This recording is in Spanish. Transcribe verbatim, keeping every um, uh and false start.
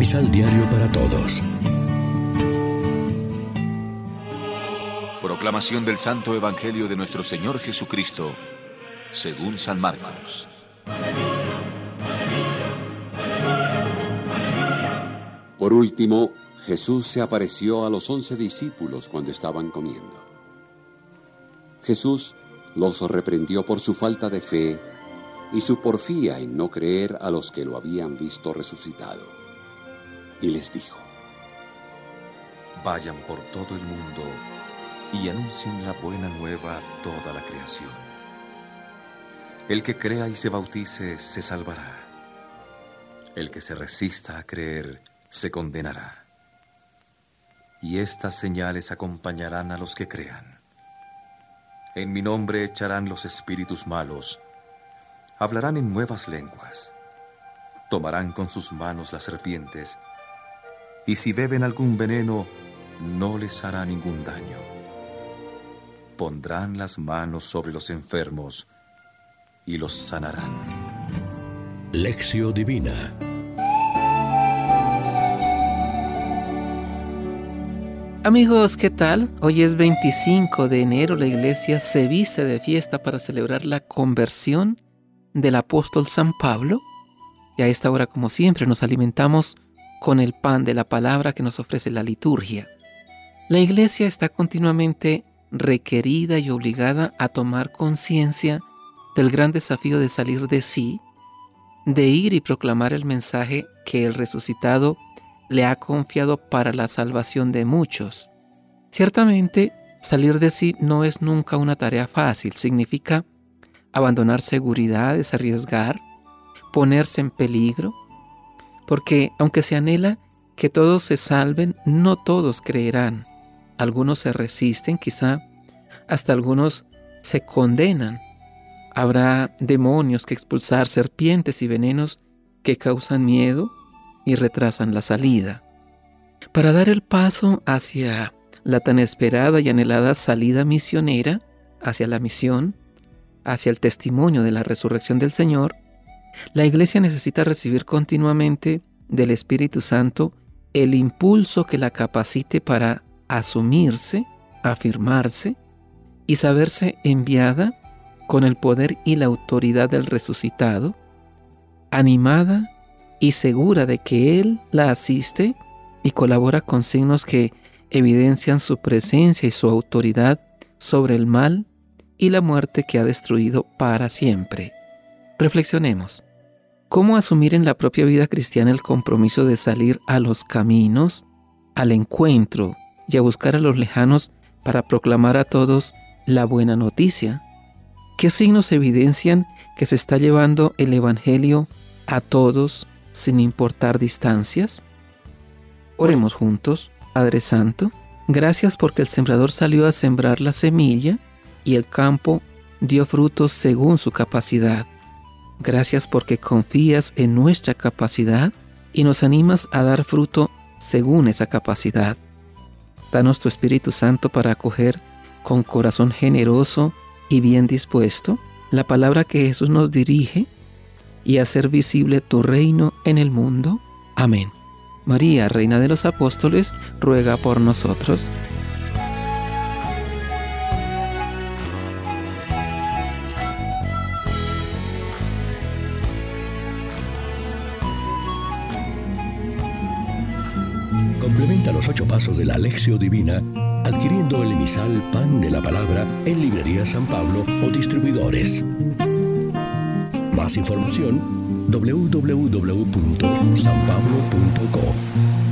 Misal Diario para Todos. Proclamación del Santo Evangelio de nuestro Señor Jesucristo, según San Marcos. Por último, Jesús se apareció a los once discípulos cuando estaban comiendo. Jesús los reprendió por su falta de fe y su porfía en no creer a los que lo habían visto resucitado. Y les dijo: Vayan por todo el mundo y anuncien la buena nueva a toda la creación. El que crea y se bautice se salvará. El que se resista a creer se condenará. Y estas señales acompañarán a los que crean. En mi nombre echarán los espíritus malos, hablarán en nuevas lenguas, tomarán con sus manos las serpientes, y si beben algún veneno, no les hará ningún daño. Pondrán las manos sobre los enfermos y los sanarán. Lección Divina. Amigos, ¿qué tal? Hoy es veinticinco de enero, la iglesia se viste de fiesta para celebrar la conversión del apóstol San Pablo. Y a esta hora, como siempre, nos alimentamos con el pan de la palabra que nos ofrece la liturgia. La iglesia está continuamente requerida y obligada a tomar conciencia del gran desafío de salir de sí, de ir y proclamar el mensaje que el resucitado le ha confiado para la salvación de muchos. Ciertamente, salir de sí no es nunca una tarea fácil. Significa abandonar seguridades, arriesgar, ponerse en peligro, porque aunque se anhela que todos se salven, no todos creerán. Algunos se resisten, quizá hasta algunos se condenan. Habrá demonios que expulsar, serpientes y venenos que causan miedo y retrasan la salida. Para dar el paso hacia la tan esperada y anhelada salida misionera, hacia la misión, hacia el testimonio de la resurrección del Señor, la Iglesia necesita recibir continuamente del Espíritu Santo el impulso que la capacite para asumirse, afirmarse y saberse enviada con el poder y la autoridad del resucitado, animada y segura de que Él la asiste y colabora con signos que evidencian su presencia y su autoridad sobre el mal y la muerte que ha destruido para siempre. Reflexionemos. ¿Cómo asumir en la propia vida cristiana el compromiso de salir a los caminos, al encuentro y a buscar a los lejanos para proclamar a todos la buena noticia? ¿Qué signos evidencian que se está llevando el Evangelio a todos sin importar distancias? Oremos juntos. Padre Santo, gracias porque el sembrador salió a sembrar la semilla y el campo dio frutos según su capacidad. Gracias porque confías en nuestra capacidad y nos animas a dar fruto según esa capacidad. Danos tu Espíritu Santo para acoger con corazón generoso y bien dispuesto la palabra que Jesús nos dirige y hacer visible tu reino en el mundo. Amén. María, Reina de los Apóstoles, ruega por nosotros. Complementa los ocho pasos de la Lección Divina adquiriendo el emisal Pan de la Palabra en Librería San Pablo o distribuidores. Más información doble u doble u doble u punto san pablo punto co.